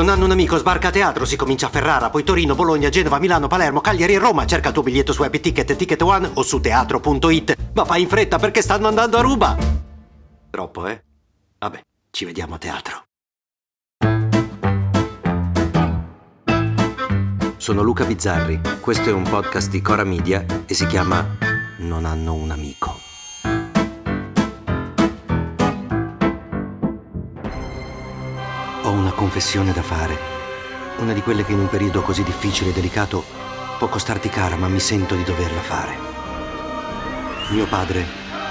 Non hanno un amico, sbarca a teatro, si comincia a Ferrara, poi Torino, Bologna, Genova, Milano, Palermo, Cagliari e Roma. Cerca il tuo biglietto su Happy Ticket, Ticket One o su teatro.it. Ma fai in fretta perché stanno andando a ruba. Troppo, eh? Vabbè, ci vediamo a teatro. Sono Luca Bizzarri, questo è un podcast di Cora Media e si chiama Non hanno un amico. Ho una confessione da fare, una di quelle che in un periodo così difficile e delicato può costarti cara, ma mi sento di doverla fare. Mio padre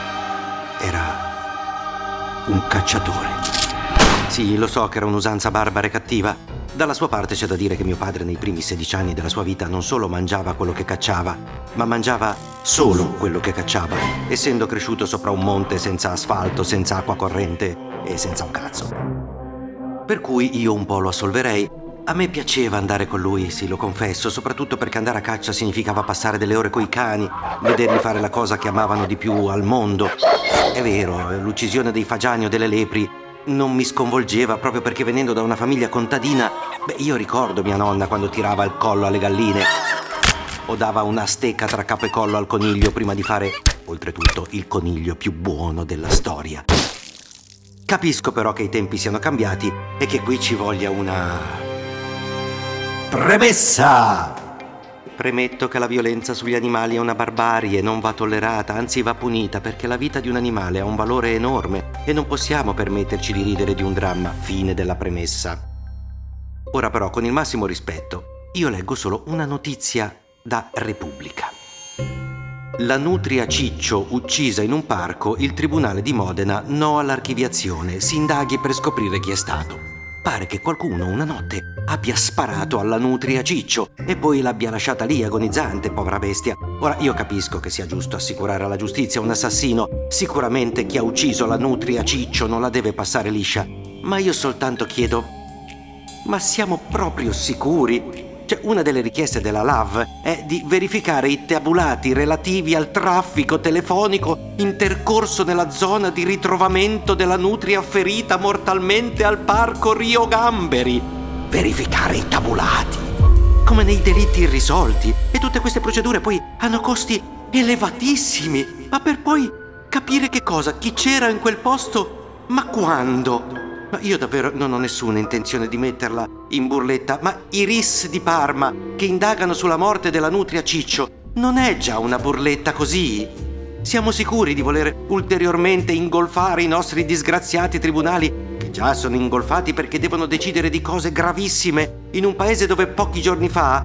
era un cacciatore. Sì, lo so che era un'usanza barbara e cattiva. Dalla sua parte c'è da dire che mio padre nei primi 16 anni della sua vita non solo mangiava quello che cacciava, ma mangiava solo quello che cacciava, essendo cresciuto sopra un monte senza asfalto, senza acqua corrente e senza un cazzo. Per cui io un po' lo assolverei. A me piaceva andare con lui, sì, lo confesso, soprattutto perché andare a caccia significava passare delle ore coi cani, vederli fare la cosa che amavano di più al mondo. È vero, l'uccisione dei fagiani o delle lepri non mi sconvolgeva proprio perché venendo da una famiglia contadina, io ricordo mia nonna quando tirava il collo alle galline o dava una stecca tra capo e collo al coniglio prima di fare, oltretutto, il coniglio più buono della storia. Capisco però che i tempi siano cambiati e che qui ci voglia una premessa. Premetto che la violenza sugli animali è una barbarie, non va tollerata, anzi va punita, perché la vita di un animale ha un valore enorme e non possiamo permetterci di ridere di un dramma. Fine della premessa. Ora però, con il massimo rispetto, io leggo solo una notizia da Repubblica. La nutria Ciccio uccisa in un parco, il tribunale di Modena no all'archiviazione, si indaghi per scoprire chi è stato. Pare che qualcuno una notte abbia sparato alla nutria Ciccio e poi l'abbia lasciata lì agonizzante, povera bestia. Ora io capisco che sia giusto assicurare alla giustizia un assassino, sicuramente chi ha ucciso la nutria Ciccio non la deve passare liscia, ma io soltanto chiedo, ma siamo proprio sicuri? Cioè, una delle richieste della LAV è di verificare i tabulati relativi al traffico telefonico intercorso nella zona di ritrovamento della nutria ferita mortalmente al parco Rio Gamberi. Verificare i tabulati, come nei delitti irrisolti. E tutte queste procedure poi hanno costi elevatissimi. Ma per poi capire che cosa, chi c'era in quel posto, ma quando? Ma io davvero non ho nessuna intenzione di metterla in burletta, ma i RIS di Parma che indagano sulla morte della nutria Ciccio non è già una burletta così? Siamo sicuri di voler ulteriormente ingolfare i nostri disgraziati tribunali, che già sono ingolfati perché devono decidere di cose gravissime in un paese dove pochi giorni fa,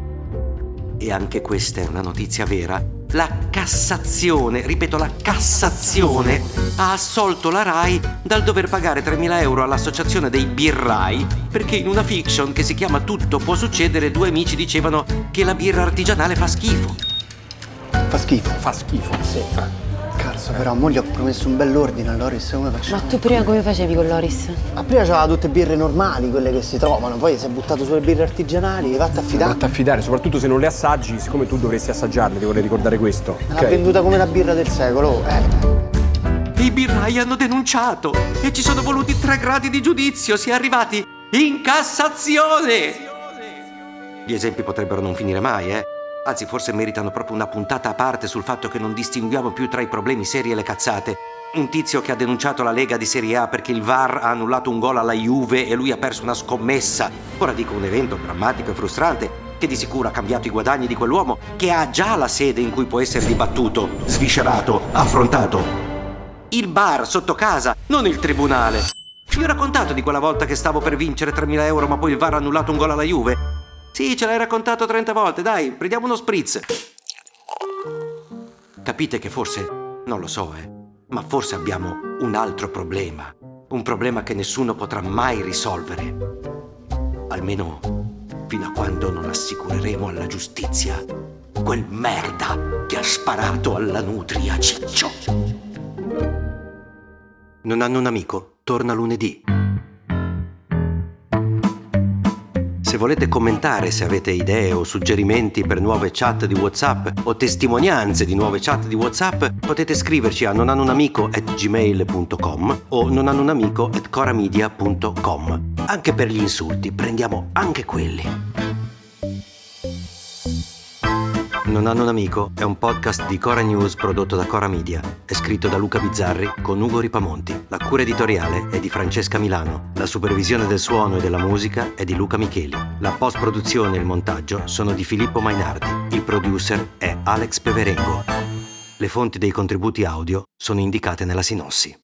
e anche questa è una notizia vera, la Cassazione, ripeto la Cassazione, ha assolto la RAI dal dover pagare 3.000 euro all'associazione dei birrai perché in una fiction che si chiama Tutto può succedere 2 amici dicevano che la birra artigianale fa schifo. Fa schifo? Fa schifo. Sì. Cazzo, però, mo gli ho promesso un bell'ordine a Loris, come facciamo? Ma tu prima come facevi con Loris? Ma prima c'aveva tutte birre normali, quelle che si trovano, poi si è buttato sulle birre artigianali, hai fatto affidare. Vatti a affidare, soprattutto se non le assaggi, siccome tu dovresti assaggiarle, ti vorrei ricordare questo. L'ha venduta come la birra del secolo, I birrai hanno denunciato e ci sono voluti 3 gradi di giudizio, si è arrivati in Cassazione. Gli esempi potrebbero non finire mai, Anzi, forse meritano proprio una puntata a parte sul fatto che non distinguiamo più tra i problemi seri e le cazzate. Un tizio che ha denunciato la Lega di Serie A perché il VAR ha annullato un gol alla Juve e lui ha perso una scommessa. Ora dico un evento drammatico e frustrante che di sicuro ha cambiato i guadagni di quell'uomo che ha già la sede in cui può essere dibattuto, sviscerato, affrontato. Il bar sotto casa, non il tribunale. Vi ho raccontato di quella volta che stavo per vincere 3.000 euro ma poi il VAR ha annullato un gol alla Juve? Sì, ce l'hai raccontato 30 volte, dai, prendiamo uno spritz. Capite che forse, non lo so, ma forse abbiamo un altro problema. Un problema che nessuno potrà mai risolvere. Almeno fino a quando non assicureremo alla giustizia quel merda che ha sparato alla nutria Ciccio. Non hanno un amico? Torna lunedì. Se volete commentare, se avete idee o suggerimenti per nuove chat di WhatsApp o testimonianze di nuove chat di WhatsApp, potete scriverci a nonhannounamico@gmail.com o nonhannounamico@coramedia.com. Anche per gli insulti, prendiamo anche quelli. Non hanno un amico è un podcast di Cora News prodotto da Cora Media. È scritto da Luca Bizzarri con Ugo Ripamonti. La cura editoriale è di Francesca Milano. La supervisione del suono e della musica è di Luca Micheli. La post-produzione e il montaggio sono di Filippo Mainardi. Il producer è Alex Peverengo. Le fonti dei contributi audio sono indicate nella sinossi.